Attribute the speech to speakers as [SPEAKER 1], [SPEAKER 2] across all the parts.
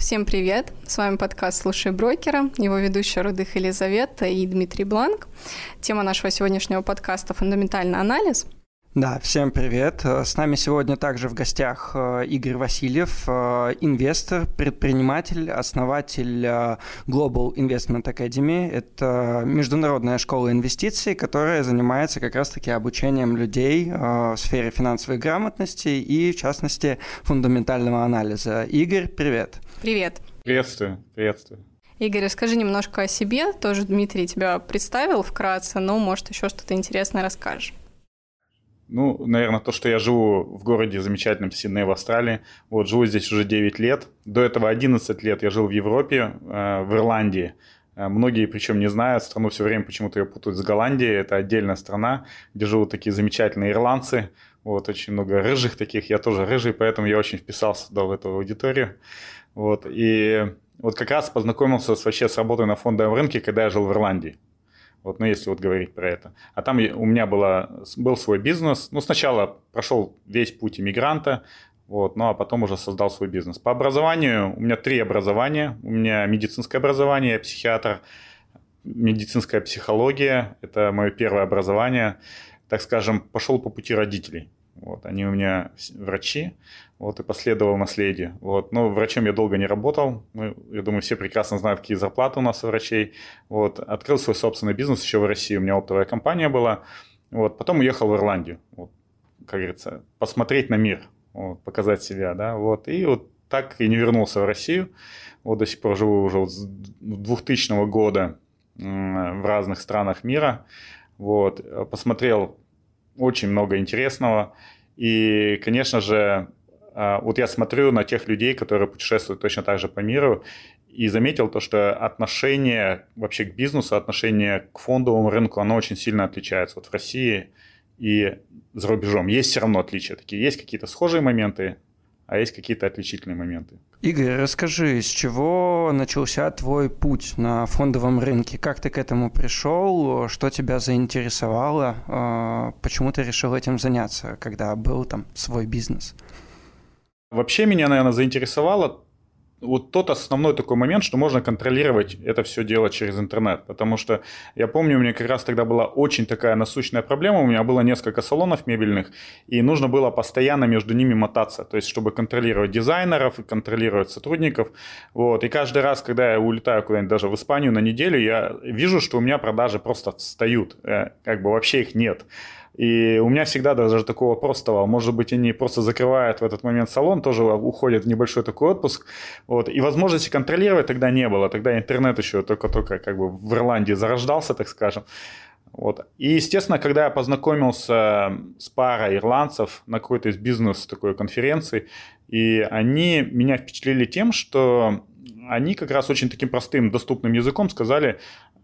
[SPEAKER 1] Всем привет! С вами подкаст «Слушай брокера», его ведущая Рудых Елизавета и Дмитрий Бланк. Тема нашего сегодняшнего подкаста – фундаментальный анализ.
[SPEAKER 2] Да, всем привет. С нами сегодня также в гостях Игорь Васильев, инвестор, предприниматель, основатель Global Investment Academy. Это международная школа инвестиций, которая занимается как раз-таки обучением людей в сфере финансовой грамотности и, в частности, фундаментального анализа. Игорь, привет.
[SPEAKER 1] Привет.
[SPEAKER 3] Приветствую.
[SPEAKER 1] Игорь, расскажи немножко о себе. Тоже Дмитрий тебя представил вкратце, но, может, еще что-то интересное расскажешь.
[SPEAKER 3] Наверное, то, что я живу в городе замечательном Сиднее в Австралии. Живу здесь уже 9 лет. До этого 11 лет я жил в Европе, в Ирландии. Многие, причем, не знают, страну все время почему-то ее путают с Голландией. Это отдельная страна, где живут такие замечательные ирландцы. Очень много рыжих таких. Я тоже рыжий, поэтому я очень вписался в эту аудиторию. И как раз познакомился вообще с работой на фондовом рынке, когда я жил в Ирландии. Если говорить про это. А там у меня был свой бизнес. Сначала прошел весь путь иммигранта, а потом уже создал свой бизнес. По образованию у меня 3 образования. У меня медицинское образование, я психиатр, медицинская психология. Это мое первое образование. Так скажем, пошел по пути родителей. Они у меня врачи, и последовал наследие. Но врачом я долго не работал. Я думаю, все прекрасно знают, какие зарплаты у нас у врачей. Открыл свой собственный бизнес еще в России. У меня оптовая компания была. Потом уехал в Ирландию. Как говорится, посмотреть на мир, показать себя. Да? И так и не вернулся в Россию. До сих пор живу уже с 2000 года в разных странах мира. Посмотрел очень много интересного. И, конечно же, я смотрю на тех людей, которые путешествуют точно так же по миру, и заметил то, что отношение вообще к бизнесу, отношение к фондовому рынку, оно очень сильно отличается в России и за рубежом. Есть все равно отличия такие. Есть какие-то схожие моменты, а есть какие-то отличительные моменты.
[SPEAKER 2] Игорь, расскажи, с чего начался твой путь на фондовом рынке? Как ты к этому пришел? Что тебя заинтересовало? Почему ты решил этим заняться, когда был там свой бизнес?
[SPEAKER 3] Вообще меня, наверное, заинтересовало тот основной такой момент, что можно контролировать это все дело через интернет. Потому что я помню, у меня как раз тогда была очень такая насущная проблема. У меня было несколько салонов мебельных, и нужно было постоянно между ними мотаться. То есть, чтобы контролировать дизайнеров и контролировать сотрудников. И каждый раз, когда я улетаю куда-нибудь даже в Испанию на неделю, я вижу, что у меня продажи просто встают. Вообще их нет. И у меня всегда даже такой вопрос вставал. Может быть, они просто закрывают в этот момент салон, тоже уходят в небольшой такой отпуск. И возможности контролировать тогда не было. Тогда интернет еще только в Ирландии зарождался, так скажем. И, естественно, когда я познакомился с парой ирландцев на какой-то из бизнес-такой конференции, и они меня впечатлили тем, что они как раз очень таким простым, доступным языком рассказали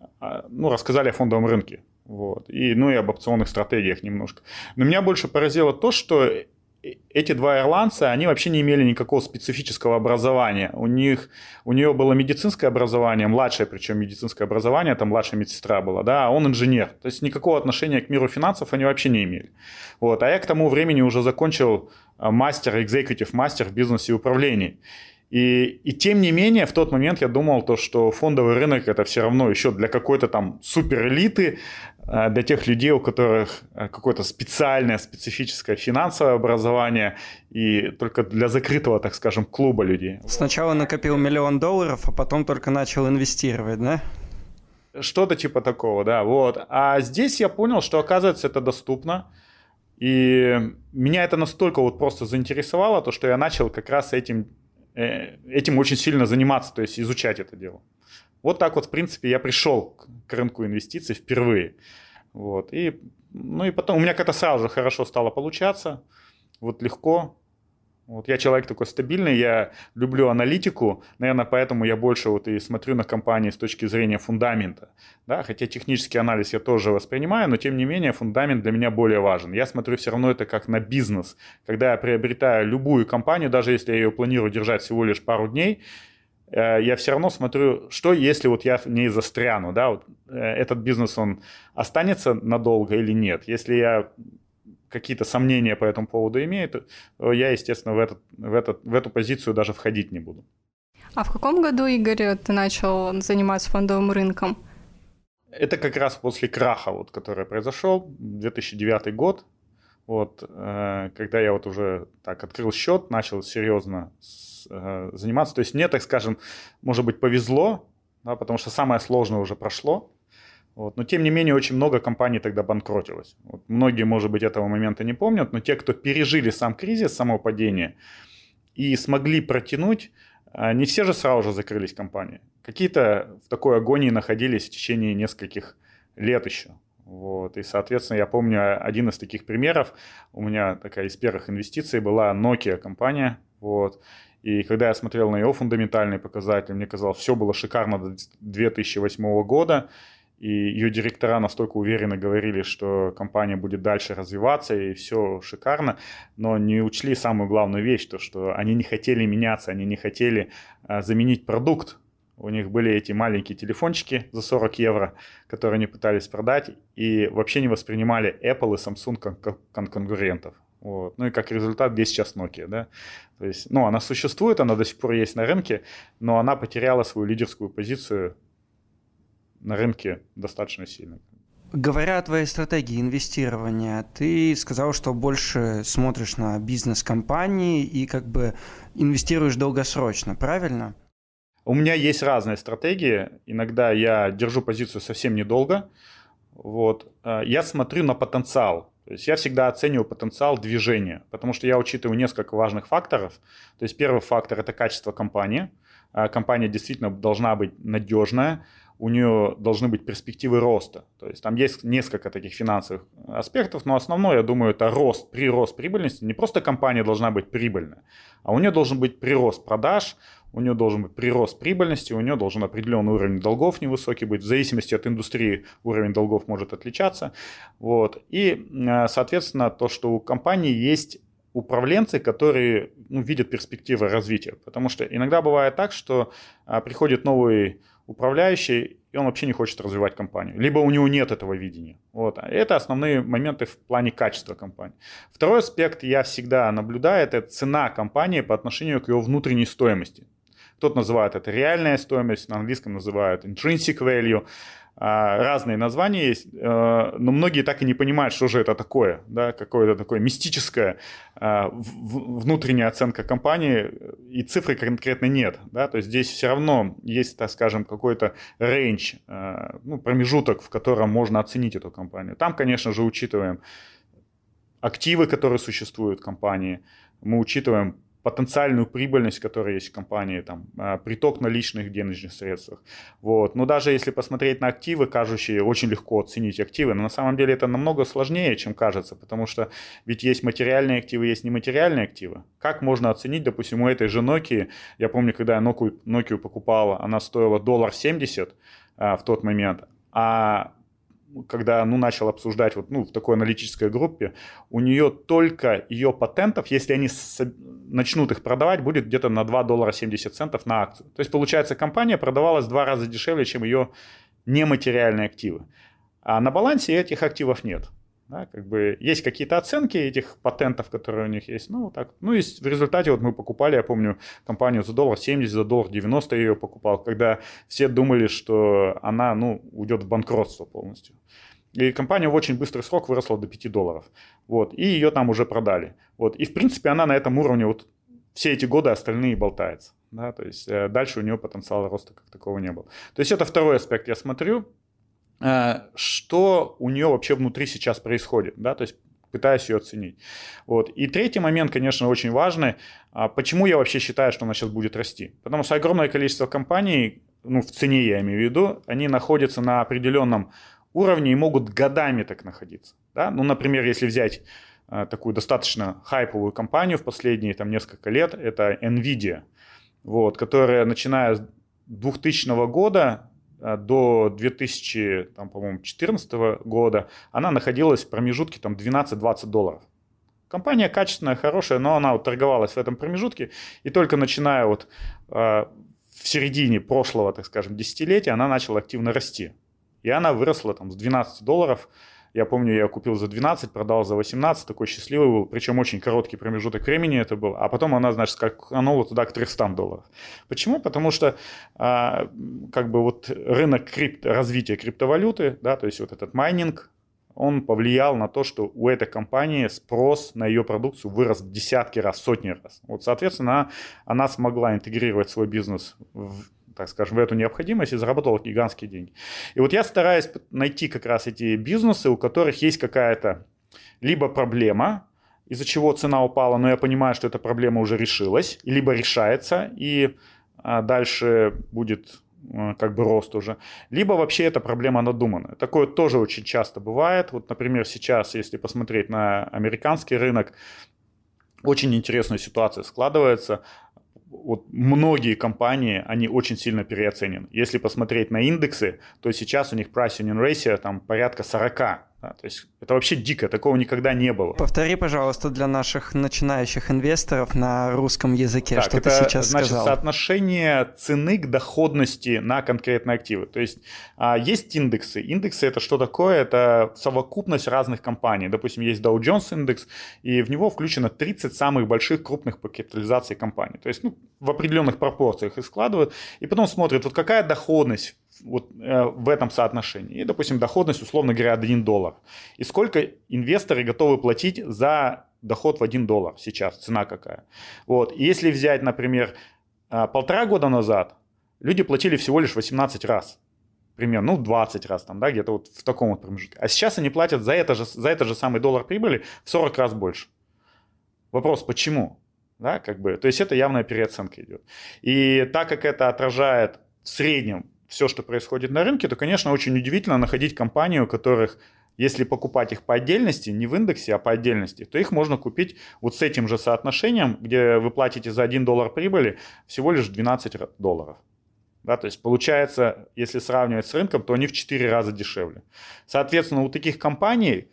[SPEAKER 3] о фондовом рынке. И об опционных стратегиях немножко. Но меня больше поразило то, что эти 2 ирландца, они вообще не имели никакого специфического образования. У нее было медицинское образование, младшее причем медицинское образование, там младшая медсестра была, да, а он инженер. То есть никакого отношения к миру финансов они вообще не имели. А я к тому времени уже закончил executive мастер в бизнесе и управлении. И тем не менее, в тот момент я думал, что фондовый рынок это все равно еще для какой-то там суперэлиты, для тех людей, у которых какое-то специальное, специфическое финансовое образование и только для закрытого, так скажем, клуба людей.
[SPEAKER 2] Сначала накопил $1 миллион, а потом только начал инвестировать, да?
[SPEAKER 3] Что-то типа такого, да. А здесь я понял, что, оказывается, это доступно. И меня это настолько просто заинтересовало, то, что я начал как раз этим очень сильно заниматься, то есть изучать это дело. Так в принципе, я пришел к рынку инвестиций впервые. И потом у меня как-то сразу же хорошо стало получаться, легко. Я человек такой стабильный, я люблю аналитику, наверное, поэтому я больше и смотрю на компании с точки зрения фундамента. Да? Хотя технический анализ я тоже воспринимаю, но тем не менее фундамент для меня более важен. Я смотрю все равно это как на бизнес. Когда я приобретаю любую компанию, даже если я ее планирую держать всего лишь пару дней, я все равно смотрю, что если я в ней застряну, да, этот бизнес, он останется надолго или нет. Если я какие-то сомнения по этому поводу имею, то я, естественно, в эту позицию даже входить не буду.
[SPEAKER 1] А в каком году, Игорь, ты начал заниматься фондовым рынком?
[SPEAKER 3] Это как раз после краха, вот, который произошел, 2009 год. Вот, когда я вот уже так открыл счет, начал серьезно заниматься. То есть мне, так скажем, может быть, повезло, да, потому что самое сложное уже прошло. Вот. Но тем не менее очень много компаний тогда банкротилось. Вот. Многие, может быть, этого момента не помнят, но те, кто пережили сам кризис, само падение и смогли протянуть, не все же сразу же закрылись компании. Какие-то в такой агонии находились в течение нескольких лет еще. Вот. И, соответственно, я помню один из таких примеров. У меня такая из первых инвестиций была Nokia компания. Вот. И когда я смотрел на ее фундаментальные показатели, мне казалось, все было шикарно до 2008 года. И ее директора настолько уверенно говорили, что компания будет дальше развиваться, и все шикарно, но не учли самую главную вещь, то, что они не хотели меняться, они не хотели заменить продукт. У них были эти маленькие телефончики за 40 евро, которые они пытались продать, и вообще не воспринимали Apple и Samsung как конкурентов. Вот. Ну и как результат, где сейчас Nokia, да? То есть, ну, она существует, она до сих пор есть на рынке, но она потеряла свою лидерскую позицию на рынке достаточно сильно.
[SPEAKER 2] Говоря о твоей стратегии инвестирования, ты сказал, что больше смотришь на бизнес-компании и как бы инвестируешь долгосрочно, правильно?
[SPEAKER 3] У меня есть разные стратегии. Иногда я держу позицию совсем недолго. Вот. Я смотрю на потенциал. То есть я всегда оцениваю потенциал движения, потому что я учитываю несколько важных факторов. То есть первый фактор – это качество компании. Компания действительно должна быть надежная. У нее должны быть перспективы роста. То есть там есть несколько таких финансовых аспектов, но основное, я думаю, это прирост прибыльности. Не просто компания должна быть прибыльная, а у нее должен быть прирост продаж, у нее должен быть прирост прибыльности, у нее должен определенный уровень долгов невысокий быть. В зависимости от индустрии уровень долгов может отличаться. Вот. И, соответственно, то, что у компании есть управленцы, которые видят перспективы развития. Потому что иногда бывает так, что приходит новый управляющий, и он вообще не хочет развивать компанию. Либо у него нет этого видения. Вот. Это основные моменты в плане качества компании. Второй аспект я всегда наблюдаю, это цена компании по отношению к ее внутренней стоимости. Кто-то называет это реальная стоимость, на английском называют intrinsic value. Разные названия есть, но многие так и не понимают, что же это такое, да, какое-то такое мистическое внутренняя оценка компании, и цифры конкретно нет, да, то есть здесь все равно есть, так скажем, какой-то рейндж, промежуток, в котором можно оценить эту компанию. Там, конечно же, учитываем активы, которые существуют в компании, мы учитываем потенциальную прибыльность, которая есть в компании, там, приток наличных денежных средств. Вот. Но даже если посмотреть на активы, кажущие, очень легко оценить активы, но на самом деле это намного сложнее, чем кажется, потому что ведь есть материальные активы, есть нематериальные активы. Как можно оценить, допустим, у этой же Nokia, я помню, когда я Nokia покупал, она стоила $70 в тот момент, а когда начал обсуждать в такой аналитической группе, у нее только ее патентов, если они начнут их продавать, будет где-то на $2.70 на акцию. То есть, получается, компания продавалась в 2 раза дешевле, чем ее нематериальные активы. А на балансе этих активов нет. Да, как бы есть какие-то оценки этих патентов, которые у них есть. И в результате мы покупали, я помню, компанию за $70, за $90 я ее покупал, когда все думали, что она уйдет в банкротство полностью. И компания в очень быстрый срок выросла до $5. Вот, и ее там уже продали. Вот, и в принципе она на этом уровне все эти годы остальные болтается. Да, то есть дальше у нее потенциала роста как такого не было. То есть это второй аспект. Я смотрю, что у нее вообще внутри сейчас происходит, да, то есть пытаюсь ее оценить. Вот. И третий момент, конечно, очень важный. Почему я вообще считаю, что она сейчас будет расти? Потому что огромное количество компаний, в цене я имею в виду, они находятся на определенном уровне и могут годами так находиться. Да? Например, если взять такую достаточно хайповую компанию в последние несколько лет, это NVIDIA, которая, начиная с 2000 года, до 2014 года она находилась в промежутке $12-20. Компания качественная, хорошая, но она торговалась в этом промежутке. И только начиная в середине прошлого, так скажем, десятилетия, она начала активно расти. И она выросла с $12 Я помню, я купил за 12, продал за 18, такой счастливый был, причем очень короткий промежуток времени это был, а потом она, значит, скаканула туда к $300. Почему? Потому что как бы вот рынок развития криптовалюты, да, то есть вот этот майнинг, он повлиял на то, что у этой компании спрос на ее продукцию вырос в десятки раз, сотни раз. Вот, соответственно, она смогла интегрировать свой бизнес так скажем, в эту необходимость и заработала гигантские деньги. И вот я стараюсь найти как раз эти бизнесы, у которых есть какая-то либо проблема, из-за чего цена упала, но я понимаю, что эта проблема уже решилась, либо решается, и дальше будет как бы рост уже, либо вообще эта проблема надуманная. Такое тоже очень часто бывает. Вот, например, сейчас, если посмотреть на американский рынок, очень интересная ситуация складывается. Вот многие компании, они очень сильно переоценены. Если посмотреть на индексы, то сейчас у них price-earning ratio там порядка 40. Да, то есть это вообще дико, такого никогда не было.
[SPEAKER 2] Повтори, пожалуйста, для наших начинающих инвесторов на русском языке,
[SPEAKER 3] так,
[SPEAKER 2] что
[SPEAKER 3] это,
[SPEAKER 2] ты сейчас
[SPEAKER 3] значит,
[SPEAKER 2] сказал.
[SPEAKER 3] Соотношение цены к доходности на конкретные активы. То есть есть индексы. Индексы это что такое? Это совокупность разных компаний. Допустим, есть Dow Jones индекс, и в него включено 30 самых больших крупных по капитализации компаний. То есть в определенных пропорциях их складывают, и потом смотрят, вот какая доходность вот в этом соотношении. И, допустим, доходность, условно говоря, $1. И сколько инвесторы готовы платить за доход в $1 сейчас, цена какая. Вот. И если взять, например, 1,5 года назад, люди платили всего лишь 18 раз. Примерно, 20 раз, там, да, где-то вот в таком вот промежутке. А сейчас они платят за этот же самый доллар прибыли в 40 раз больше. Вопрос, почему? Да, как бы, то есть это явная переоценка идет. И так как это отражает в среднем все, что происходит на рынке, то, конечно, очень удивительно находить компании, у которых, если покупать их по отдельности, не в индексе, а по отдельности, то их можно купить вот с этим же соотношением, где вы платите за $1 прибыли всего лишь $12. Да, то есть получается, если сравнивать с рынком, то они в 4 раза дешевле. Соответственно, у таких компаний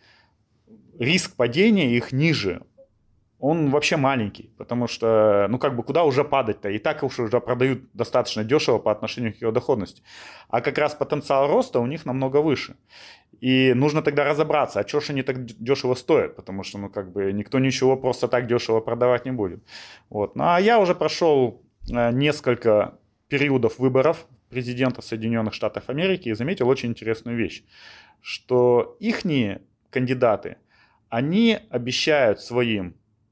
[SPEAKER 3] риск падения их ниже. Он вообще маленький, потому что, куда уже падать-то? И так уж уже продают достаточно дешево по отношению к ее доходности. А как раз потенциал роста у них намного выше. И нужно тогда разобраться, а что ж они так дешево стоят? Потому что, никто ничего просто так дешево продавать не будет. Вот. А я уже прошел несколько периодов выборов президента Соединенных Штатов Америки и заметил очень интересную вещь, что ихние кандидаты, они обещают своим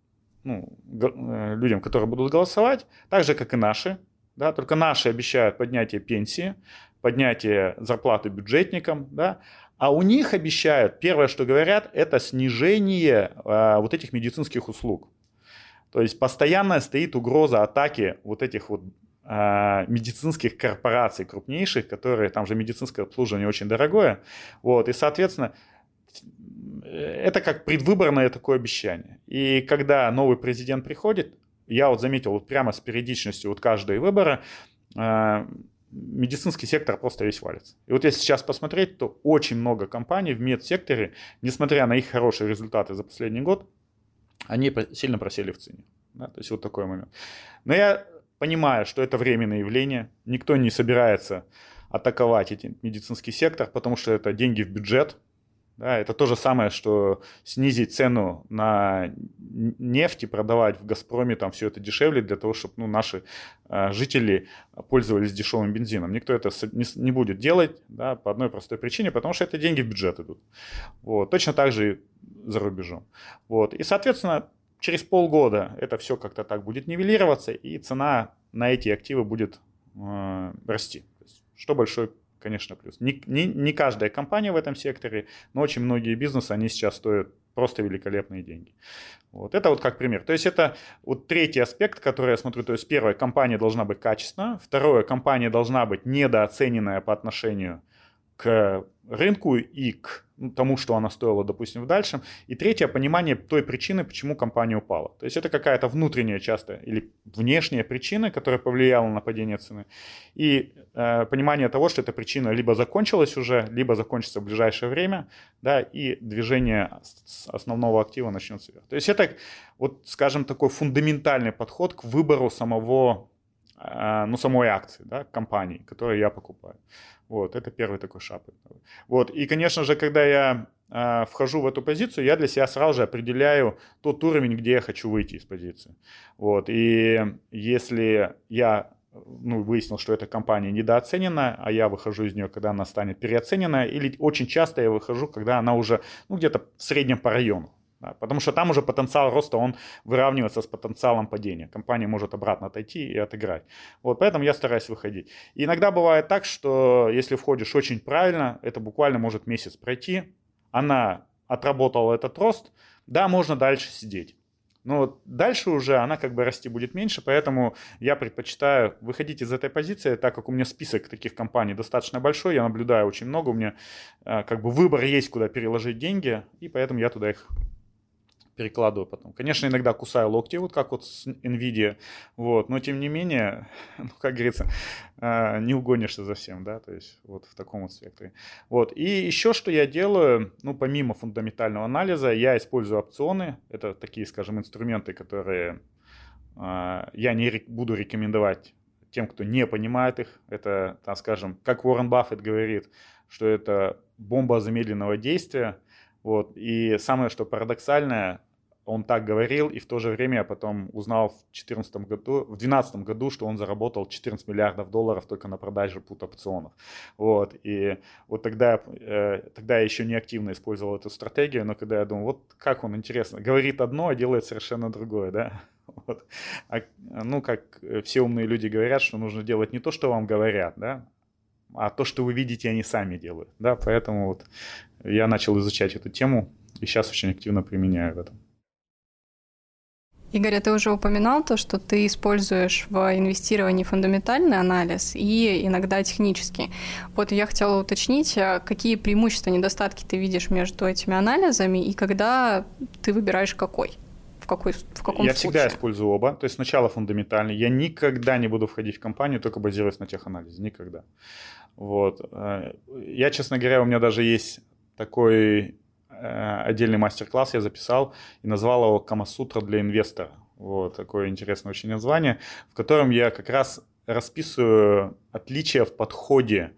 [SPEAKER 3] людям, которые будут голосовать, так же, как и наши. Да, только наши обещают поднятие пенсии, поднятие зарплаты бюджетникам. Да, а у них обещают, первое, что говорят, это снижение вот этих медицинских услуг. То есть постоянно стоит угроза атаки вот этих вот медицинских корпораций крупнейших, которые, там же медицинское обслуживание очень дорогое. Вот, и, соответственно, это как предвыборное такое обещание. И когда новый президент приходит, я вот заметил вот прямо с периодичностью вот каждого выбора, медицинский сектор просто весь валится. И вот если сейчас посмотреть, то очень много компаний в медсекторе, несмотря на их хорошие результаты за последний год, они сильно просели в цене. Да? То есть вот такой момент. Но я понимаю, что это временное явление. Никто не собирается атаковать этот медицинский сектор, потому что это деньги в бюджет. Да, это то же самое, что снизить цену на нефть и продавать в «Газпроме» там все это дешевле для того, чтобы наши жители пользовались дешевым бензином. Никто это не будет делать, да, по одной простой причине, потому что это деньги в бюджет идут. Вот. Точно так же и за рубежом. Вот. И, соответственно, через полгода это все как-то так будет нивелироваться, и цена на эти активы будет расти. То есть, что большой, конечно, плюс. Не каждая компания в этом секторе, но очень многие бизнесы, они сейчас стоят просто великолепные деньги. Вот. Это вот как пример. То есть это вот третий аспект, который я смотрю. То есть первое, компания должна быть качественная. Второе, компания должна быть недооцененная по отношению к рынку и к тому, что она стоила, допустим, в дальшем. И третье, понимание той причины, почему компания упала. То есть это какая-то внутренняя часто или внешняя причина, которая повлияла на падение цены. И понимание того, что эта причина либо закончилась уже, либо закончится в ближайшее время, да, и движение с основного актива начнется вверх. То есть это, вот, скажем, такой фундаментальный подход к выбору самой акции, да, компании, которую я покупаю. Вот, это первый такой шаг. Вот. И, конечно же, когда я вхожу в эту позицию, я для себя сразу же определяю тот уровень, где я хочу выйти из позиции. Вот. И если я выяснил, что эта компания недооценена, а я выхожу из нее, когда она станет переоценена, или очень часто я выхожу, когда она уже где-то в среднем по району. Да, потому что там уже потенциал роста, он выравнивается с потенциалом падения. Компания может обратно отойти и отыграть. Вот, поэтому я стараюсь выходить. И иногда бывает так, что если входишь очень правильно, это буквально может месяц пройти, она отработала этот рост, да, можно дальше сидеть. Но дальше уже она как бы расти будет меньше, поэтому я предпочитаю выходить из этой позиции, так как у меня список таких компаний достаточно большой, я наблюдаю очень много, у меня как бы выбор есть, куда переложить деньги, и поэтому я туда их перекладываю потом. Конечно, иногда кусаю локти, вот как вот с NVIDIA, вот, но тем не менее, как говорится, не угонишься за всем, да, то есть вот в таком вот спектре. Вот, и еще что я делаю, помимо фундаментального анализа, я использую опционы, это такие, скажем, инструменты, которые я не буду рекомендовать тем, кто не понимает их, это, так скажем, как Уоррен Баффет говорит, что это бомба замедленного действия, вот, и самое, что парадоксальное, он так говорил, и в то же время я потом узнал в 2012 году, что он заработал 14 миллиардов долларов только на продаже пут-опционов. Вот, и вот тогда я еще не активно использовал эту стратегию, но когда я думал, вот как он, интересно, говорит одно, а делает совершенно другое, да. Вот. Как все умные люди говорят, что нужно делать не то, что вам говорят, да, а то, что вы видите, они сами делают, да, поэтому вот я начал изучать эту тему и сейчас очень активно применяю в этом.
[SPEAKER 1] Игорь, ты уже упоминал то, что ты используешь в инвестировании фундаментальный анализ и иногда технический. Вот я хотела уточнить, какие преимущества, недостатки ты видишь между этими анализами и когда ты выбираешь какой? В каком случае?
[SPEAKER 3] Я всегда использую оба. То есть сначала фундаментальный. Я никогда не буду входить в компанию, только базируясь на теханализе. Никогда. Вот. Я, честно говоря, у меня даже есть такой отдельный мастер-класс я записал и назвал его «Камасутра для инвестора». Вот такое интересное очень название, в котором я как раз расписываю отличия в подходе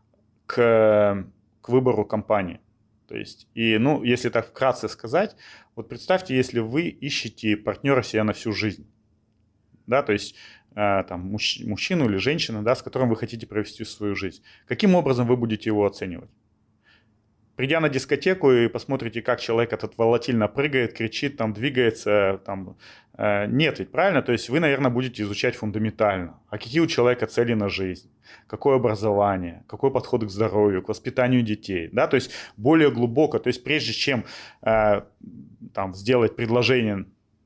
[SPEAKER 3] к выбору компании. То есть, если так вкратце сказать, вот представьте, если вы ищете партнера себе на всю жизнь, да, то есть мужчину или женщину, да, с которым вы хотите провести свою жизнь, каким образом вы будете его оценивать? Придя на дискотеку и посмотрите, как человек этот волатильно прыгает, кричит, двигается, нет ведь, правильно? То есть вы, наверное, будете изучать фундаментально. А какие у человека цели на жизнь? Какое образование? Какой подход к здоровью, к воспитанию детей? Да? То есть более глубоко. То есть прежде чем сделать предложение,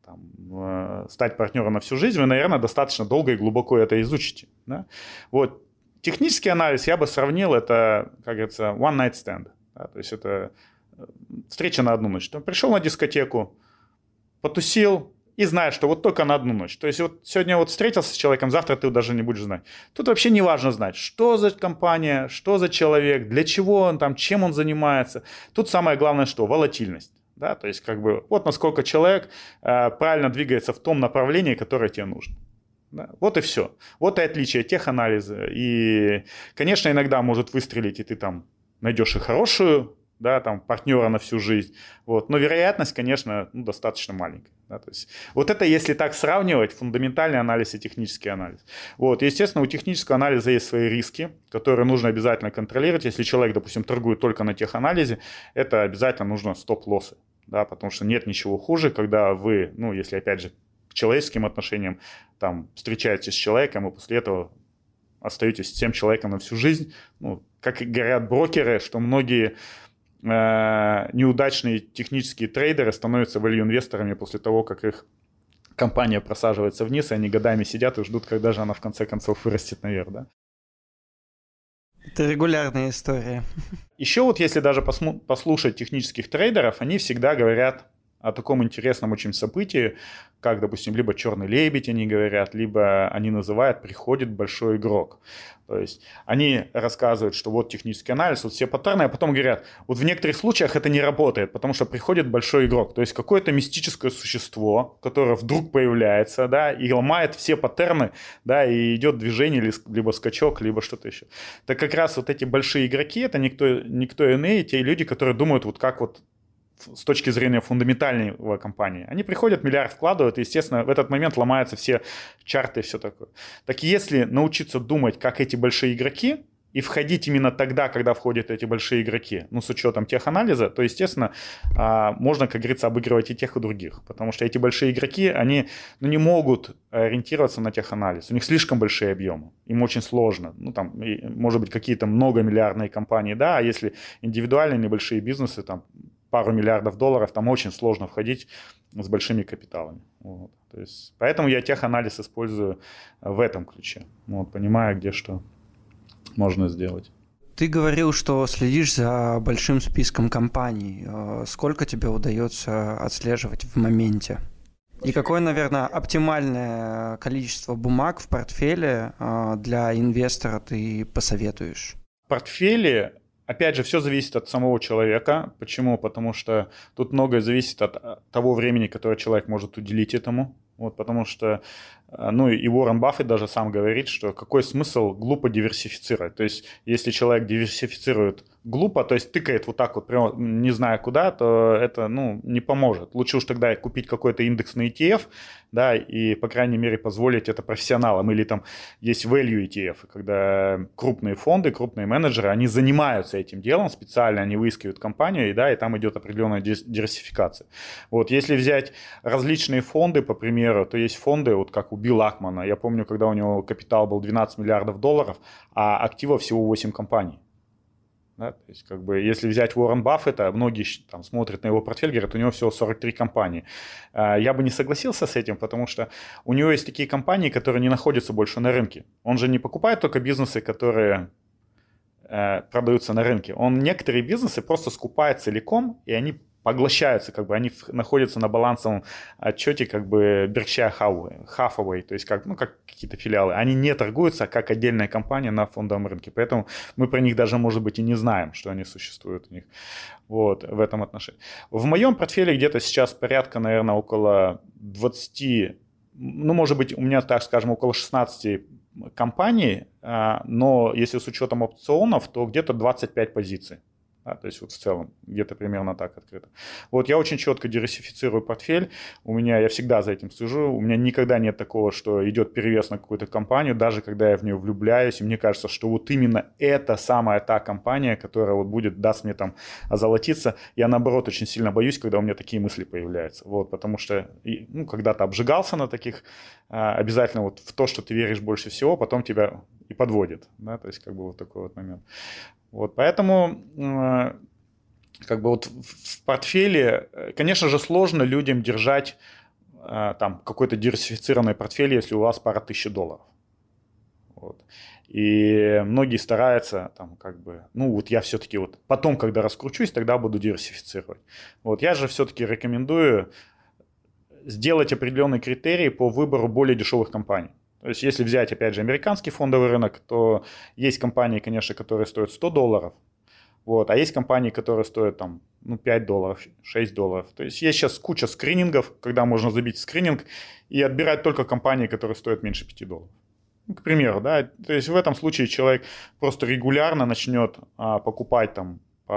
[SPEAKER 3] стать партнером на всю жизнь, вы, наверное, достаточно долго и глубоко это изучите. Да? Вот. Технический анализ я бы сравнил, это, как говорится, one night stand. Да, то есть это встреча на одну ночь. Ты пришел на дискотеку, потусил и знаешь, что вот только на одну ночь. То есть вот сегодня вот встретился с человеком, завтра ты даже не будешь знать. Тут вообще не важно знать, что за компания, что за человек, для чего он там, чем он занимается. Тут самое главное что? Волатильность. Да? То есть вот насколько человек правильно двигается в том направлении, которое тебе нужно. Да? Вот и все. Вот и отличие теханализа. И, конечно, иногда может выстрелить, и ты найдешь и хорошую, да, партнера на всю жизнь, вот, но вероятность, конечно, достаточно маленькая. Да, то есть, вот это, если так сравнивать, фундаментальный анализ и технический анализ. Вот, естественно, у технического анализа есть свои риски, которые нужно обязательно контролировать. Если человек, допустим, торгует только на теханализе, это обязательно нужно стоп-лоссы, да, потому что нет ничего хуже, когда вы, если, опять же, к человеческим отношениям, встречаетесь с человеком, и после этого остаетесь с тем человеком на всю жизнь. Как говорят брокеры, что многие неудачные технические трейдеры становятся value-инвесторами после того, как их компания просаживается вниз, и они годами сидят и ждут, когда же она в конце концов вырастет наверх. Да?
[SPEAKER 2] Это регулярная история.
[SPEAKER 3] Еще вот если даже послушать технических трейдеров, они всегда говорят о таком интересном очень событии, как, допустим, либо «черный лебедь» они говорят, либо они называют «приходит большой игрок». То есть они рассказывают, что вот технический анализ, вот все паттерны, а потом говорят, вот в некоторых случаях это не работает, потому что приходит большой игрок. То есть какое-то мистическое существо, которое вдруг появляется, да, и ломает все паттерны, да, и идет движение, либо скачок, либо что-то еще. Так как раз вот эти большие игроки, это никто иные, те люди, которые думают вот как вот с точки зрения фундаментальной компании. Они приходят, миллиард вкладывают, и, естественно, в этот момент ломаются все чарты и все такое. Так если научиться думать, как эти большие игроки, и входить именно тогда, когда входят эти большие игроки, ну, с учетом теханализа, то, естественно, можно, как говорится, обыгрывать и тех, и других. Потому что эти большие игроки, они не могут ориентироваться на теханализ. У них слишком большие объемы. Им очень сложно. Ну, там, может быть, какие-то многомиллиардные компании, да, а если индивидуальные небольшие бизнесы, там, пару миллиардов долларов, там очень сложно входить с большими капиталами. Вот. То есть, поэтому я теханализ использую в этом ключе, вот, понимая, где что можно сделать.
[SPEAKER 2] Ты говорил, что следишь за большим списком компаний. Сколько тебе удается отслеживать в моменте? И какое, наверное, оптимальное количество бумаг в портфеле для инвестора ты посоветуешь?
[SPEAKER 3] В портфеле, опять же, все зависит от самого человека. Почему? Потому что тут многое зависит от того времени, которое человек может уделить этому. Вот, потому что, ну и Уоррен Баффет даже сам говорит, что какой смысл глупо диверсифицировать. То есть, если человек диверсифицирует глупо, то есть тыкает вот так вот, прямо не зная куда, то это, ну, не поможет. Лучше уж тогда купить какой-то индексный ETF, да, и, по крайней мере, позволить это профессионалам. Или там есть value ETF, когда крупные фонды, крупные менеджеры, они занимаются этим делом специально, они выискивают компанию, да, и там идет определенная диверсификация. Вот, если взять различные фонды, по примеру, то есть фонды, вот как у Билла Акмана. Я помню, когда у него капитал был 12 миллиардов долларов, а активов всего 8 компаний. Да, то есть, как бы, если взять Уоррен Баффета, многие там смотрят на его портфель, говорят, у него всего 43 компании. Я бы не согласился с этим, потому что у него есть такие компании, которые не находятся больше на рынке. Он же не покупает только бизнесы, которые продаются на рынке. Он некоторые бизнесы просто скупает целиком, и они поглощаются, как бы они находятся на балансовом отчете, как бы Berkshire Hathaway, то есть как, ну, как какие-то филиалы. Они не торгуются как отдельная компания на фондовом рынке, поэтому мы про них даже, может быть, и не знаем, что они существуют у них. Вот, в этом отношении. В моем портфеле где-то сейчас порядка, наверное, около 20, ну, может быть, у меня, так скажем, около 16 компаний, но если с учетом опционов, то где-то 25 позиций. Да, то есть вот в целом где-то примерно так открыто. Вот я очень четко диверсифицирую портфель. Я всегда за этим слежу. У меня никогда нет такого, что идет перевес на какую-то компанию, даже когда я в нее влюбляюсь. И мне кажется, что вот именно это самая та компания, которая вот даст мне там озолотиться. Я наоборот очень сильно боюсь, когда у меня такие мысли появляются. Вот, потому что когда-то обжигался на таких, обязательно вот в то, что ты веришь больше всего, потом тебя и подводит. Да? То есть как бы вот такой вот момент. Вот, поэтому как бы вот в портфеле, конечно же, сложно людям держать там какой-то диверсифицированный портфель, если у вас пара тысяч долларов. Вот. И многие стараются там как бы, ну вот я все-таки вот потом, когда раскручусь, тогда буду диверсифицировать. Вот, я же все-таки рекомендую сделать определенные критерии по выбору более дешевых компаний. То есть, если взять, опять же, американский фондовый рынок, то есть компании, конечно, которые стоят $100, вот, а есть компании, которые стоят там, $5, $6. То есть, есть сейчас куча скринингов, когда можно забить скрининг и отбирать только компании, которые стоят меньше $5. Ну, к примеру, да, то есть в этом случае человек просто регулярно начнет покупать там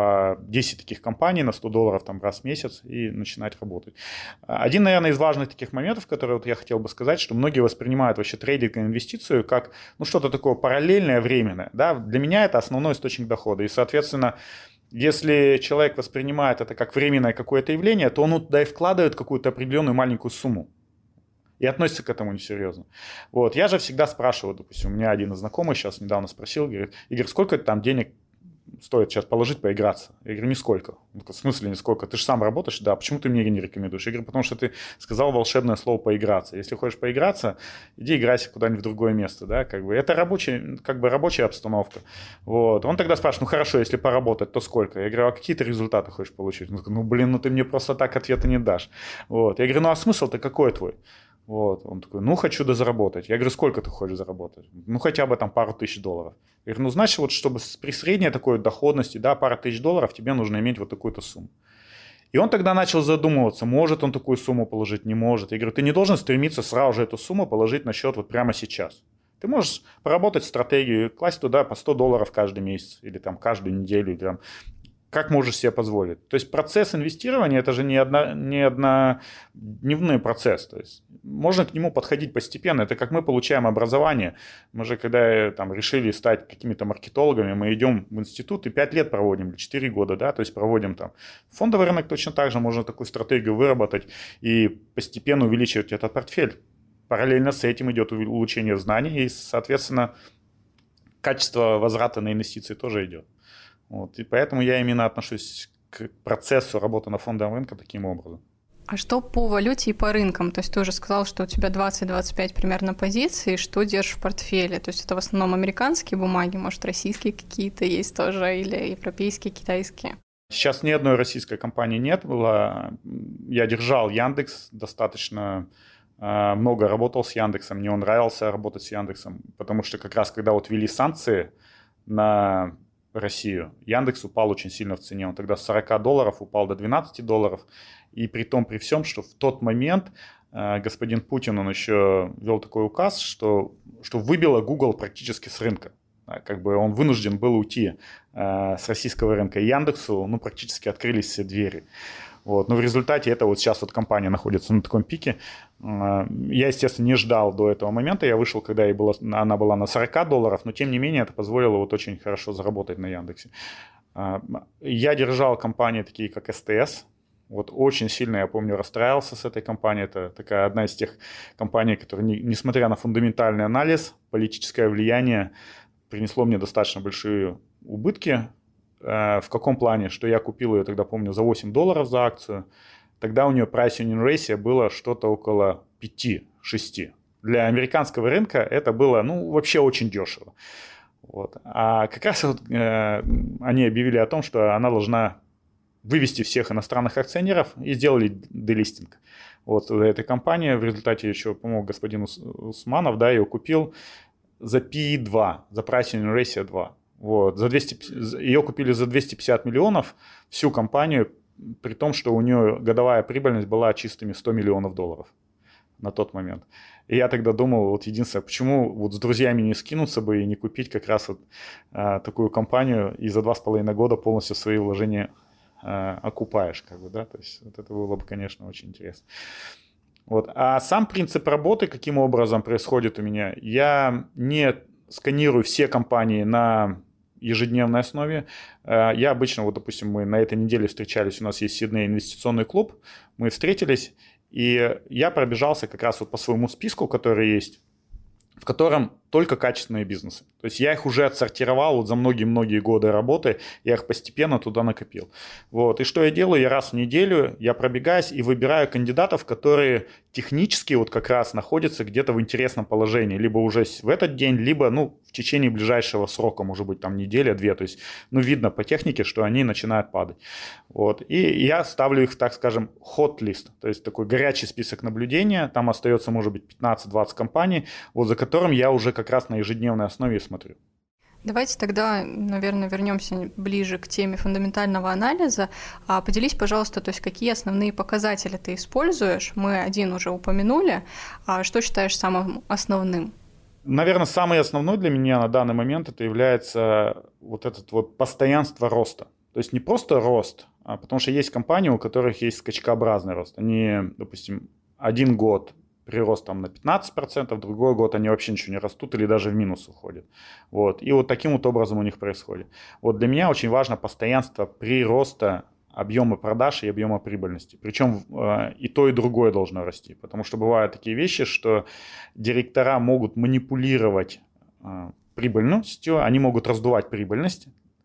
[SPEAKER 3] 10 таких компаний на $100 там, раз в месяц и начинать работать. Один, наверное, из важных таких моментов, которые вот я хотел бы сказать, что многие воспринимают вообще трейдинг и инвестицию как что-то такое параллельное, временное. Да? Для меня это основной источник дохода. И, соответственно, если человек воспринимает это как временное какое-то явление, то он туда и вкладывает какую-то определенную маленькую сумму. И относится к этому несерьезно. Вот. Я же всегда спрашиваю, допустим, у меня один из знакомых сейчас недавно спросил, говорит, Игорь, сколько ты там денег стоит сейчас положить, поиграться? Я говорю, нисколько. Он говорит, в смысле нисколько? Ты же сам работаешь? Да, почему ты мне не рекомендуешь? Я говорю, потому что ты сказал волшебное слово поиграться. Если хочешь поиграться, иди играйся куда-нибудь в другое место, да, как бы. Это рабочая обстановка. Вот. Он тогда спрашивает, ну хорошо, если поработать, то сколько? Я говорю, а какие ты результаты хочешь получить? Он говорит, ну ты мне просто так ответа не дашь. Вот. Я говорю, ну а смысл-то какой твой? Вот. Он такой, ну хочу дозаработать. Я говорю, сколько ты хочешь заработать? Ну хотя бы там пару тысяч долларов. Я говорю, ну значит, вот чтобы при средней такой доходности, да, пара тысяч долларов, тебе нужно иметь вот такую-то сумму. И он тогда начал задумываться, может он такую сумму положить, не может. Я говорю, ты не должен стремиться сразу же эту сумму положить на счет вот прямо сейчас. Ты можешь поработать стратегию, класть туда по 100 долларов каждый месяц или там каждую неделю, или там, как можешь себе позволить. То есть процесс инвестирования – это же не однодневный процесс. То есть можно к нему подходить постепенно. Это как мы получаем образование. Мы же, когда там, решили стать какими-то маркетологами, мы идем в институт и 5 лет проводим, или 4 года, да, то есть проводим там. Фондовый рынок точно так же, можно такую стратегию выработать и постепенно увеличивать этот портфель. Параллельно с этим идет улучшение знаний и, соответственно, качество возврата на инвестиции тоже идет. Вот, и поэтому я именно отношусь к процессу работы на фондовом рынке таким образом.
[SPEAKER 1] А что по валюте и по рынкам? То есть ты уже сказал, что у тебя 20-25 примерно позиций, что держишь в портфеле? То есть это в основном американские бумаги, может, российские какие-то есть тоже, или европейские, китайские?
[SPEAKER 3] Сейчас ни одной российской компании нет было. Я держал Яндекс, достаточно много работал с Яндексом, мне нравился работать с Яндексом, потому что как раз когда вот ввели санкции на Россию, Яндекс упал очень сильно в цене. Он тогда с 40 долларов упал до 12 долларов. И при всем, что в тот момент господин Путин, он еще ввел такой указ, что выбило Google практически с рынка. Как бы он вынужден был уйти с российского рынка. И Яндексу практически открылись все двери. Вот. Но в результате это вот сейчас вот компания находится на таком пике. Я, естественно, не ждал до этого момента. Я вышел, когда она была на 40 долларов, но тем не менее это позволило вот очень хорошо заработать на Яндексе. Я держал компании такие, как СТС. Вот очень сильно, я помню, расстраивался с этой компанией. Это такая одна из тех компаний, которая, несмотря на фундаментальный анализ, политическое влияние, принесло мне достаточно большие убытки. В каком плане? Что я купил ее тогда, помню, за 8 долларов за акцию. Тогда у нее price-earning ratio было что-то около 5-6. Для американского рынка это было, вообще очень дешево. Вот. А как раз вот, они объявили о том, что она должна вывести всех иностранных акционеров и сделали делистинг. Вот этой компании в результате еще помог господин Усманов, да, ее купил за PE2, за price-earning ratio 2. Вот, ее купили за 250 миллионов, всю компанию, при том, что у нее годовая прибыльность была чистыми 100 миллионов долларов на тот момент. И я тогда думал, вот единственное, почему вот с друзьями не скинуться бы и не купить как раз вот такую компанию и за 2,5 года полностью свои вложения окупаешь, как бы, да, то есть вот это было бы, конечно, очень интересно. Вот. А сам принцип работы, каким образом происходит у меня, я не сканирую все компании на ежедневной основе. Я обычно, вот, допустим, мы на этой неделе встречались, у нас есть Сидней инвестиционный клуб, мы встретились, и я пробежался как раз вот по своему списку, который есть, в котором только качественные бизнесы. То есть я их уже отсортировал вот за многие-многие годы работы, я их постепенно туда накопил. Вот. И что я делаю? Я раз в неделю, я пробегаюсь и выбираю кандидатов, которые технически вот как раз находятся где-то в интересном положении. Либо уже в этот день, либо в течение ближайшего срока, может быть, там неделя-две. То есть, видно по технике, что они начинают падать. Вот. И я ставлю их, так скажем, hot-list, то есть такой горячий список наблюдения. Там остается, может быть, 15-20 компаний, вот за которым я уже как раз на ежедневной основе смотрю.
[SPEAKER 1] Давайте тогда, наверное, вернемся ближе к теме фундаментального анализа. Поделись, пожалуйста, то есть какие основные показатели ты используешь? Мы один уже упомянули. А что считаешь самым основным?
[SPEAKER 3] Наверное, самый основной для меня на данный момент это является вот это вот постоянство роста. То есть не просто рост, потому что есть компании, у которых есть скачкообразный рост. Они, допустим, один год прирост там на 15%, другой год они вообще ничего не растут или даже в минус уходят. Вот. И вот таким вот образом у них происходит. Вот для меня очень важно постоянство прироста объема продаж и объема прибыльности. Причем и то, и другое должно расти. Потому что бывают такие вещи, что директора могут манипулировать прибыльностью, они могут раздувать прибыльность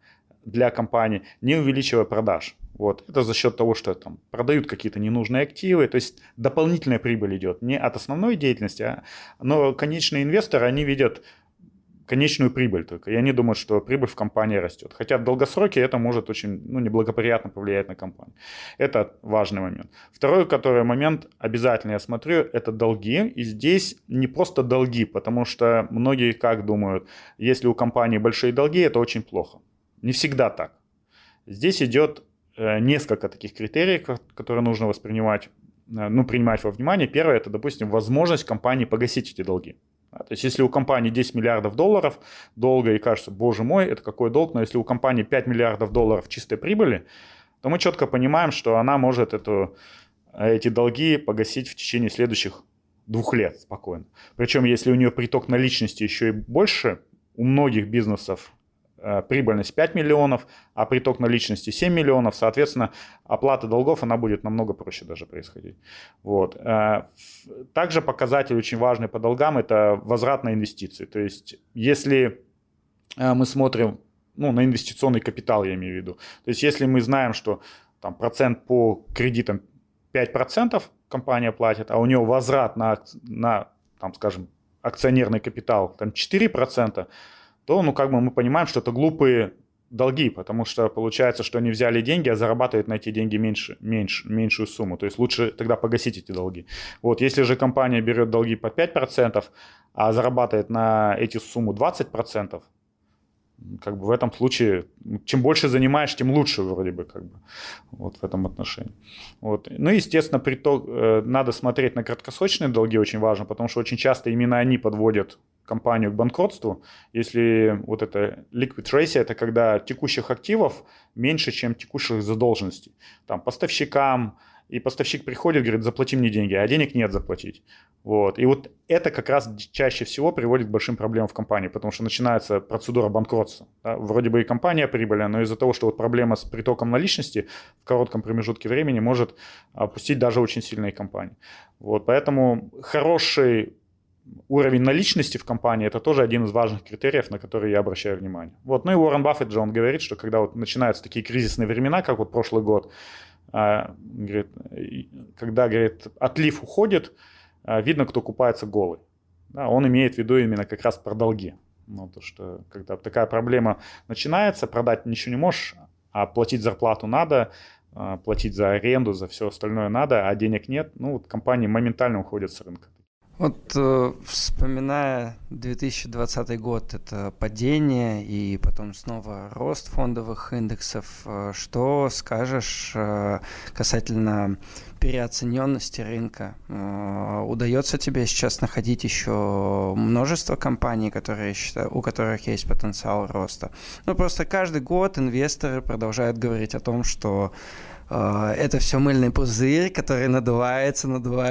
[SPEAKER 3] для компании, не увеличивая продаж. Вот. Это за счет того, что там продают какие-то ненужные активы, то есть дополнительная прибыль идет не от основной деятельности, но конечные инвесторы, они видят конечную прибыль только. И они думают, что прибыль в компании растет. Хотя в долгосроке это может очень неблагоприятно повлиять на компанию. Это важный момент. Второй, который момент обязательно я смотрю, это долги. И здесь не просто долги, потому что многие как думают, если у компании большие долги, это очень плохо. Не всегда так. Здесь идет несколько таких критериев, которые нужно воспринимать, принимать во внимание. Первое, это, допустим, возможность компании погасить эти долги. То есть, если у компании 10 миллиардов долларов долга, и кажется, боже мой, это какой долг, но если у компании 5 миллиардов долларов чистой прибыли, то мы четко понимаем, что она может эти долги погасить в течение следующих 2 лет спокойно. Причем, если у нее приток наличности еще и больше, у многих бизнесов прибыльность 5 миллионов, а приток наличности 7 миллионов, соответственно, оплата долгов, она будет намного проще даже происходить. Вот. Также показатель очень важный по долгам – это возврат на инвестиции. То есть, если мы смотрим на инвестиционный капитал, я имею в виду, то есть, если мы знаем, что там, процент по кредитам 5% компания платит, а у нее возврат на там, скажем, акционерный капитал там, 4%, то мы понимаем, что это глупые долги, потому что получается, что они взяли деньги, а зарабатывают на эти деньги меньшую сумму. То есть лучше тогда погасить эти долги. Вот, если же компания берет долги по 5%, а зарабатывает на эту сумму 20%, в этом случае, чем больше занимаешь, тем лучше вроде бы, вот в этом отношении. Вот. Естественно, надо смотреть на краткосрочные долги, очень важно, потому что очень часто именно они подводят компанию к банкротству. Если вот это liquid ratio, это когда текущих активов меньше, чем текущих задолженностей. Там поставщикам, и поставщик приходит, говорит, заплати мне деньги, а денег нет заплатить. Вот. И вот это как раз чаще всего приводит к большим проблемам в компании, потому что начинается процедура банкротства. Да? Вроде бы и компания прибыльная, но из-за того, что вот проблема с притоком наличности в коротком промежутке времени может опустить даже очень сильные компании. Вот. Поэтому хороший уровень наличности в компании – это тоже один из важных критериев, на которые я обращаю внимание. Вот. И Уоррен Баффет же, он говорит, что когда вот начинаются такие кризисные времена, как вот прошлый год, говорит, когда, говорит, отлив уходит, видно, кто купается голый. Да, он имеет в виду именно как раз про долги. То, что когда такая проблема начинается, продать ничего не можешь, а платить зарплату надо, платить за аренду, за все остальное надо, а денег нет, компании моментально уходят с рынка.
[SPEAKER 2] Вот вспоминая 2020 год, это падение и потом снова рост фондовых индексов, что скажешь касательно переоцененности рынка? Удается тебе сейчас находить еще множество компаний, у которых есть потенциал роста? Просто каждый год инвесторы продолжают говорить о том, что это все мыльный пузырь, который надувается.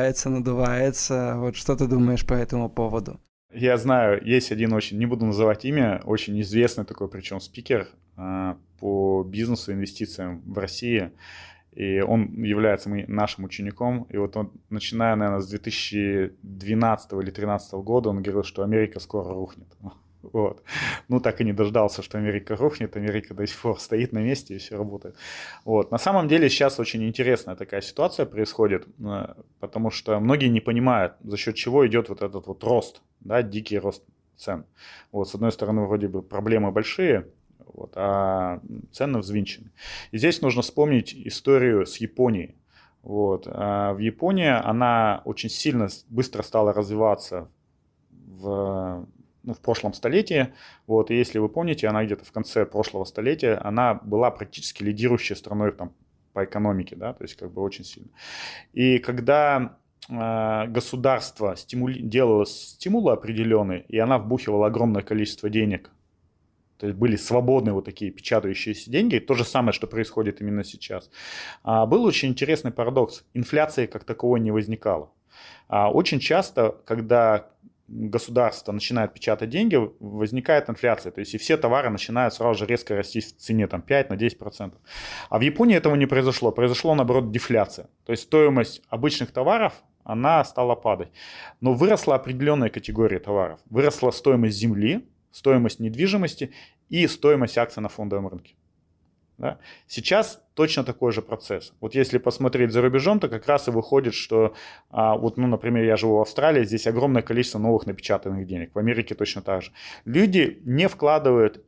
[SPEAKER 2] Вот что ты думаешь по этому поводу?
[SPEAKER 3] Я знаю, есть один не буду называть имя, очень известный такой, причем спикер по бизнесу, инвестициям в России. И он является нашим учеником. И вот он, начиная, наверное, с 2012 или 2013 года, он говорил, что Америка скоро рухнет. Вот. Так и не дождался, что Америка рухнет. Америка до сих пор стоит на месте и все работает. Вот. На самом деле сейчас очень интересная такая ситуация происходит, потому что многие не понимают, за счет чего идет вот этот вот рост, да, дикий рост цен. Вот. С одной стороны, вроде бы проблемы большие, вот, а цены взвинчены. И здесь нужно вспомнить историю с Японией. Вот. В Японии она очень сильно, быстро стала развиваться в прошлом столетии. Вот, и если вы помните, она где-то в конце прошлого столетия, она была практически лидирующей страной по экономике, да, то есть очень сильно. И когда государство делало стимулы определенные, и она вбухивала огромное количество денег, то есть были свободные вот такие печатающиеся деньги, то же самое, что происходит именно сейчас. Был очень интересный парадокс. Инфляции как таковой не возникало. Очень часто, когда государство начинает печатать деньги, возникает инфляция. То есть и все товары начинают сразу же резко расти в цене, 5-10%. А в Японии этого не произошло. Произошло, наоборот, дефляция. То есть стоимость обычных товаров, она стала падать. Но выросла определенная категория товаров. Выросла стоимость земли, стоимость недвижимости и стоимость акций на фондовом рынке. Да? Сейчас точно такой же процесс. Вот если посмотреть за рубежом, то как раз и выходит, что, например, я живу в Австралии, здесь огромное количество новых напечатанных денег. В Америке точно так же. Люди не вкладывают,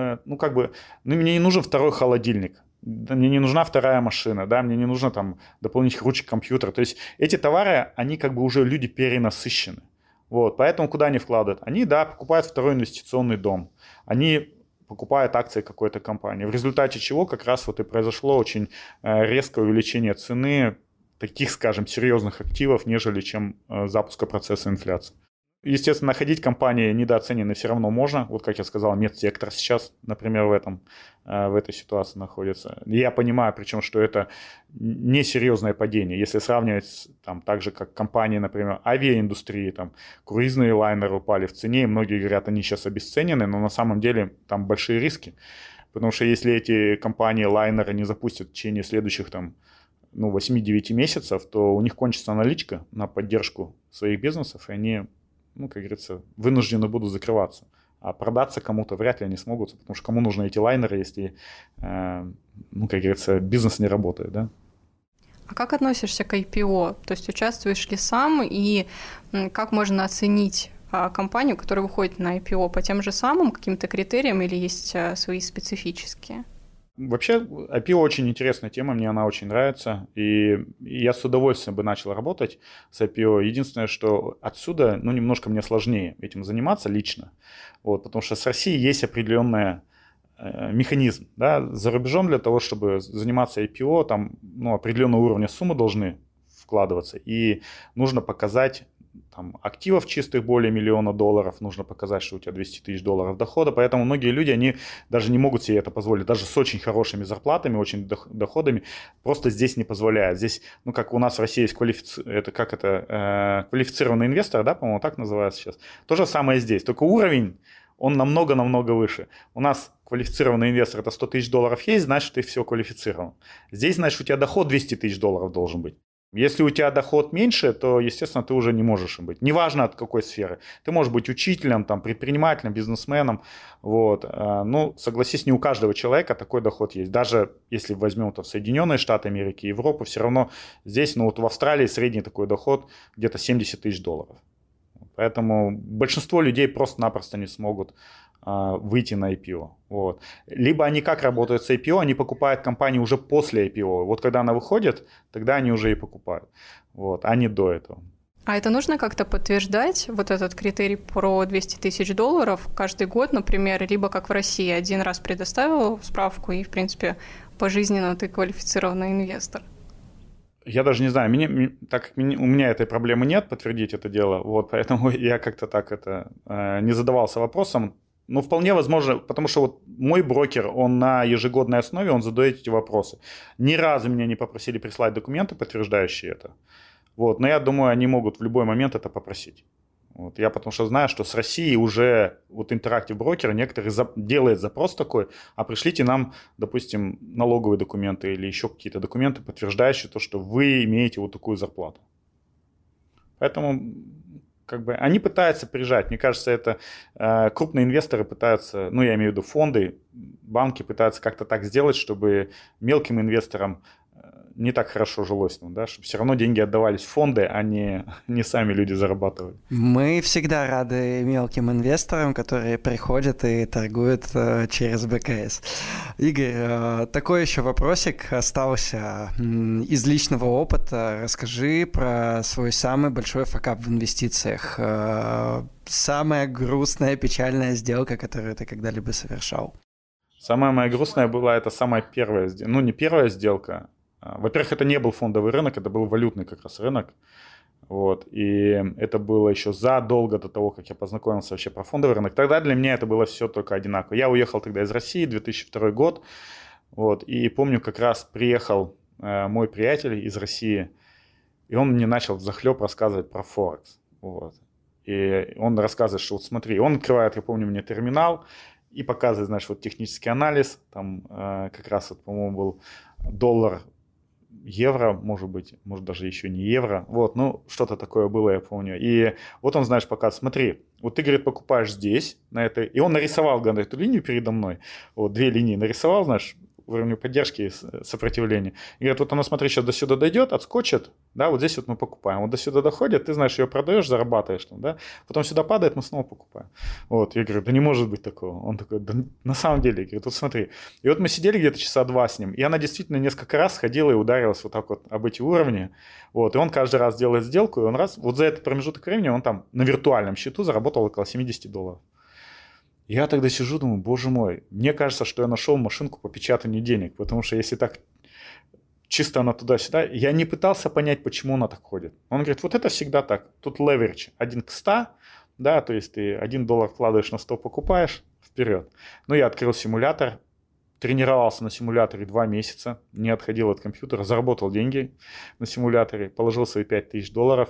[SPEAKER 3] мне не нужен второй холодильник. Мне не нужна вторая машина, да, мне не нужно там дополнительных ручек компьютера. То есть эти товары, они как бы уже люди перенасыщены. Вот, поэтому куда они вкладывают? Они, покупают второй инвестиционный дом. Они покупают акции какой-то компании. В результате чего как раз вот и произошло очень резкое увеличение цены таких, скажем, серьезных активов, нежели чем запуска процесса инфляции. Естественно, находить компании недооцененные все равно можно. Вот как я сказал, медсектор сейчас, например, в этой ситуации находится. Я понимаю, причем, что это несерьезное падение. Если сравнивать так же, как компании, например, авиаиндустрии, круизные лайнеры упали в цене, и многие говорят, они сейчас обесценены, но на самом деле там большие риски. Потому что если эти компании, лайнеры не запустят в течение следующих 8-9 месяцев, то у них кончится наличка на поддержку своих бизнесов, и они, как говорится, вынуждены будут закрываться. А продаться кому-то вряд ли они смогут, потому что кому нужны эти лайнеры, если, как говорится, бизнес не работает, да?
[SPEAKER 1] А как относишься к IPO? То есть участвуешь ли сам, и как можно оценить компанию, которая выходит на IPO, по тем же самым каким-то критериям или есть свои специфические?
[SPEAKER 3] Вообще, IPO очень интересная тема, мне она очень нравится, и я с удовольствием бы начал работать с IPO. Единственное, что отсюда, немножко мне сложнее этим заниматься лично, потому что с Россией есть определенный механизм, да, за рубежом для того, чтобы заниматься IPO, там, определенного уровня суммы должны вкладываться, и нужно показать активов чистых более $1 миллиона, нужно показать, что у тебя $200 тысяч дохода, поэтому многие люди, они даже не могут себе это позволить, даже с очень хорошими зарплатами, очень доходами, просто здесь не позволяют. Здесь, как у нас в России есть квалифицированный инвестор, да, по-моему, так называется сейчас, то же самое здесь, только уровень, он намного-намного выше. У нас квалифицированный инвестор, это $100 тысяч есть, значит, ты все квалифицирован. Здесь, значит, у тебя доход $200 тысяч должен быть. Если у тебя доход меньше, то, естественно, ты уже не можешь им быть. Неважно от какой сферы. Ты можешь быть учителем, предпринимателем, бизнесменом. Согласись, не у каждого человека такой доход есть. Даже если возьмем Соединенные Штаты Америки, Европу, все равно здесь, в Австралии средний такой доход где-то $70 тысяч. Поэтому большинство людей просто-напросто не смогут выйти на IPO. Либо они как работают с IPO, они покупают компанию уже после IPO. Когда она выходит, тогда они уже и покупают, а не до этого.
[SPEAKER 1] А это нужно как-то подтверждать, этот критерий про $200 тысяч каждый год, например, либо как в России, один раз предоставил справку и, в принципе, пожизненно ты квалифицированный инвестор?
[SPEAKER 3] Я даже не знаю, так как у меня этой проблемы нет, подтвердить это дело, поэтому я как-то так не задавался вопросом. Вполне возможно, потому что мой брокер, он на ежегодной основе, он задает эти вопросы. Ни разу меня не попросили прислать документы, подтверждающие это. Но я думаю, они могут в любой момент это попросить. Я потому что знаю, что с Россией уже Interactive Broker некоторые делает запрос такой, а пришлите нам, допустим, налоговые документы или еще какие-то документы, подтверждающие то, что вы имеете такую зарплату. Поэтому они пытаются прижать. Мне кажется, это крупные инвесторы пытаются, я имею в виду фонды, банки пытаются как-то так сделать, чтобы мелким инвесторам не так хорошо жилось, чтобы все равно деньги отдавались в фонды, а не сами люди зарабатывали.
[SPEAKER 2] Мы всегда рады мелким инвесторам, которые приходят и торгуют через БКС. Игорь, такой еще вопросик остался из личного опыта. Расскажи про свой самый большой факап в инвестициях. Самая грустная, печальная сделка, которую ты когда-либо совершал.
[SPEAKER 3] Самая моя грустная была, это самая первая сделка. Не первая сделка. Во-первых, это не был фондовый рынок, это был валютный как раз рынок. И это было еще задолго до того, как я познакомился вообще про фондовый рынок. Тогда для меня это было все только одинаково. Я уехал тогда из России, 2002 год. И помню, как раз приехал мой приятель из России, и он мне начал взахлеб рассказывать про Форекс. И он рассказывает, что смотри, он открывает, я помню, мне терминал и показывает, знаешь, технический анализ. Там как раз, по-моему, был доллар, евро, может быть, может даже еще не евро. Что-то такое было, я помню. И он, знаешь, показывает, смотри, ты, говорит, покупаешь здесь, на этой, и он нарисовал, говорит, эту линию передо мной, 2 линии нарисовал, знаешь, уровню поддержки и сопротивления. И говорят, вот она, смотри, сейчас до сюда дойдет, отскочит, да, вот здесь вот мы покупаем. Вот до сюда доходит, ты знаешь, ее продаешь, зарабатываешь там, да, потом сюда падает, мы снова покупаем. Вот, я говорю, да не может быть такого. Он такой, да на самом деле, я говорю, вот смотри. И вот мы сидели где-то часа 2 с ним, и она действительно несколько раз ходила и ударилась вот так вот об эти уровни. Вот, и он каждый раз делает сделку, и он раз, вот за этот промежуток времени он там на виртуальном счету заработал около $70. Я тогда сижу, думаю, боже мой, мне кажется, что я нашел машинку по печатанию денег, потому что если так чисто она туда-сюда, я не пытался понять, почему она так ходит. Он говорит, вот это всегда так, тут leverage 1 к 100, да, то есть ты $1 вкладываешь на 100, покупаешь, вперед. Ну, я открыл симулятор, тренировался на симуляторе 2 месяца, не отходил от компьютера, заработал деньги на симуляторе, положил свои $5000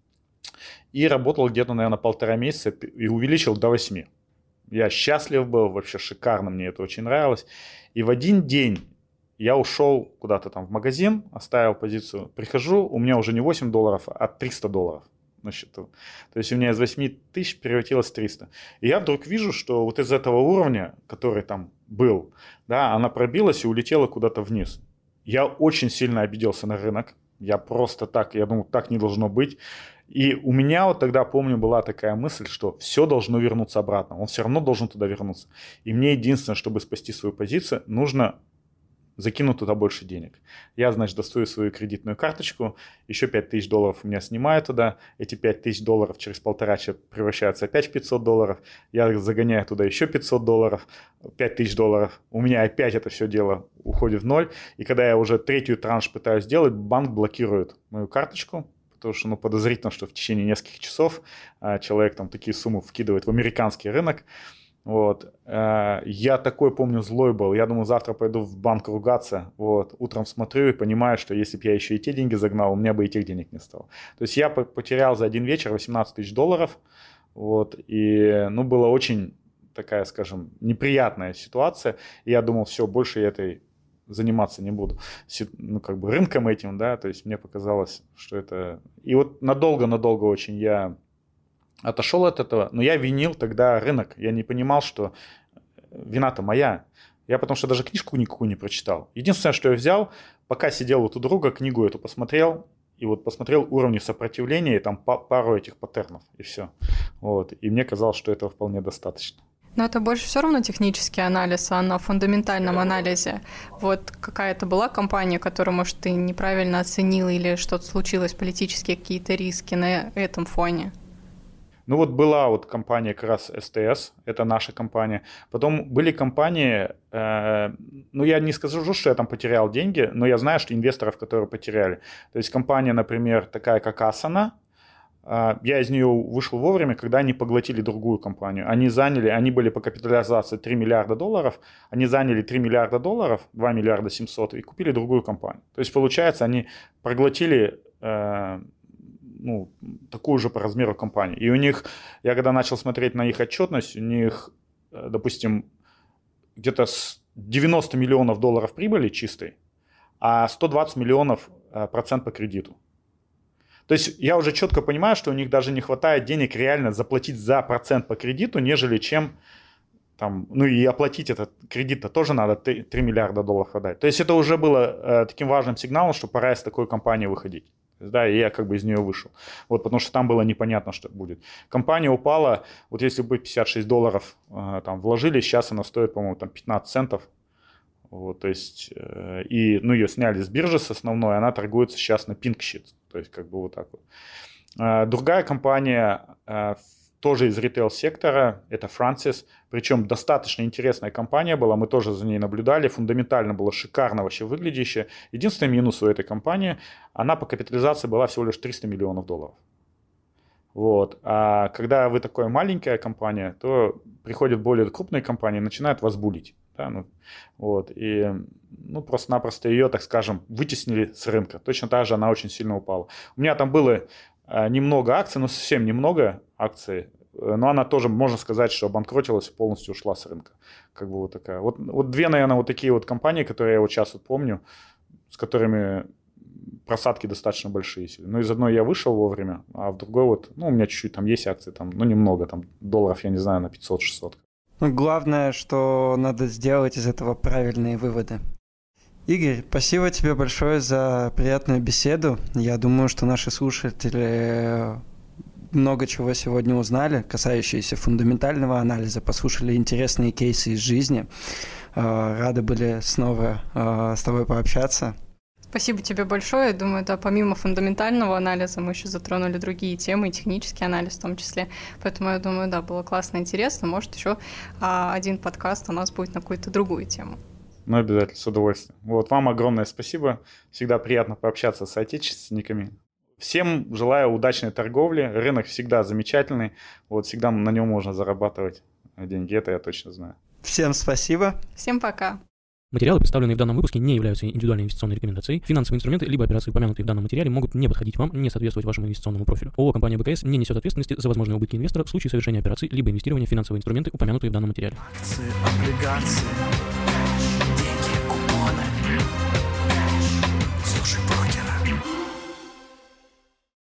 [SPEAKER 3] и работал где-то, наверное, 1,5 месяца и увеличил до 8. Я счастлив был, вообще шикарно, мне это очень нравилось. И в один день я ушел куда-то там в магазин, оставил позицию, прихожу, у меня уже не $8, а $300 на счету. То есть у меня из 8 тысяч превратилось в 300. И я вдруг вижу, что вот из этого уровня, который там был, да, она пробилась и улетела куда-то вниз. Я очень сильно обиделся на рынок. Я просто так, я думал, так не должно быть. И у меня вот тогда, помню, была такая мысль, что все должно вернуться обратно. Он все равно должен туда вернуться. И мне единственное, чтобы спасти свою позицию, нужно закинуть туда больше денег. Я, значит, достаю свою кредитную карточку, еще $5000 у меня снимаю туда. Эти $5000 через 1,5 часа превращаются опять в $500. Я загоняю туда еще $500, $5000. У меня опять это все дело уходит в ноль. И когда я уже третью транш пытаюсь сделать, банк блокирует мою карточку. Потому что подозрительно, что в течение нескольких часов человек там такие суммы вкидывает в американский рынок. Вот. Я такой, помню, злой был. Я думаю, завтра пойду в банк ругаться. Вот. Утром смотрю и понимаю, что если бы я еще и те деньги загнал, у меня бы и тех денег не стало. То есть я потерял за один вечер $18 000. Вот. И была очень такая, скажем, неприятная ситуация. И я думал, все, больше я этой заниматься не буду, рынком этим, да, то есть мне показалось, что это... И вот надолго очень я отошел от этого, но я винил тогда рынок, я не понимал, что вина-то моя, я потому что даже книжку никакую не прочитал. Единственное, что я взял, пока сидел вот у друга, книгу эту посмотрел, и вот посмотрел уровни сопротивления, и там пару этих паттернов, и все. Вот. И мне казалось, что этого вполне достаточно.
[SPEAKER 1] Но это больше все равно технический анализ, а на фундаментальном анализе. Вот какая-то была компания, которую, может, ты неправильно оценил или что-то случилось, политические какие-то риски на этом фоне?
[SPEAKER 3] Ну вот была вот компания как раз СТС, это наша компания. Потом были компании, я не скажу, что я там потерял деньги, но я знаю, что инвесторов, которые потеряли. То есть компания, например, такая как Asana, я из нее вышел вовремя, когда они поглотили другую компанию. Они были по капитализации $3 миллиарда, они заняли $3 миллиарда, 2 миллиарда 700 и купили другую компанию. То есть, получается, они проглотили такую же по размеру компанию. И у них, я когда начал смотреть на их отчетность, у них, допустим, где-то $90 миллионов прибыли чистой, а 120 миллионов процент по кредиту. То есть я уже четко понимаю, что у них даже не хватает денег реально заплатить за процент по кредиту, нежели чем там, и оплатить этот кредит-то тоже надо $3 миллиарда отдать. То есть это уже было таким важным сигналом, что пора из такой компании выходить. Да, и я из нее вышел. Вот, потому что там было непонятно, что будет. Компания упала, вот если бы $56 там вложили, сейчас она стоит, по-моему, там 15 центов. Вот, то есть, ее сняли с биржи с основной, она торгуется сейчас на Pink Sheet. То есть, вот так вот. Другая компания, тоже из ритейл-сектора, это Francis. Причем достаточно интересная компания была, мы тоже за ней наблюдали. Фундаментально было шикарно вообще выглядящее. Единственный минус у этой компании, она по капитализации была всего лишь $300 миллионов. Вот. А когда вы такая маленькая компания, то приходят более крупные компании и начинают вас булить. Да, и просто-напросто ее, так скажем, вытеснили с рынка. Точно так же она очень сильно упала. У меня там было немного акций, совсем немного акций, но она тоже, можно сказать, что обанкротилась и полностью ушла с рынка. Вот такая. Вот две, наверное, вот такие вот компании, которые я вот сейчас помню, с которыми просадки достаточно большие. Из одной я вышел вовремя, а в другой у меня чуть-чуть там есть акции, там, немного, там долларов, я не знаю, на 500-600.
[SPEAKER 2] Главное, что надо сделать из этого правильные выводы. Игорь, спасибо тебе большое за приятную беседу. Я думаю, что наши слушатели много чего сегодня узнали, касающиеся фундаментального анализа, послушали интересные кейсы из жизни. Рады были снова с тобой пообщаться.
[SPEAKER 1] Спасибо тебе большое. Я думаю, да, помимо фундаментального анализа мы еще затронули другие темы, и технический анализ в том числе. Поэтому я думаю, да, было классно, интересно. Может, еще один подкаст у нас будет на какую-то другую тему.
[SPEAKER 3] Ну, обязательно, с удовольствием. Вот, вам огромное спасибо. Всегда приятно пообщаться с соотечественниками. Всем желаю удачной торговли. Рынок всегда замечательный. Вот, всегда на нем можно зарабатывать деньги. Это я точно знаю.
[SPEAKER 2] Всем спасибо.
[SPEAKER 1] Всем пока.
[SPEAKER 4] Материалы, представленные в данном выпуске, не являются индивидуальной инвестиционной рекомендацией. Финансовые инструменты либо операции, упомянутые в данном материале, могут не подходить вам, не соответствовать вашему инвестиционному профилю. ООО «Компания БКС» не несет ответственности за возможные убытки инвестора в случае совершения операций либо инвестирования в финансовые инструменты, упомянутые в данном материале.
[SPEAKER 5] Акции, облигации.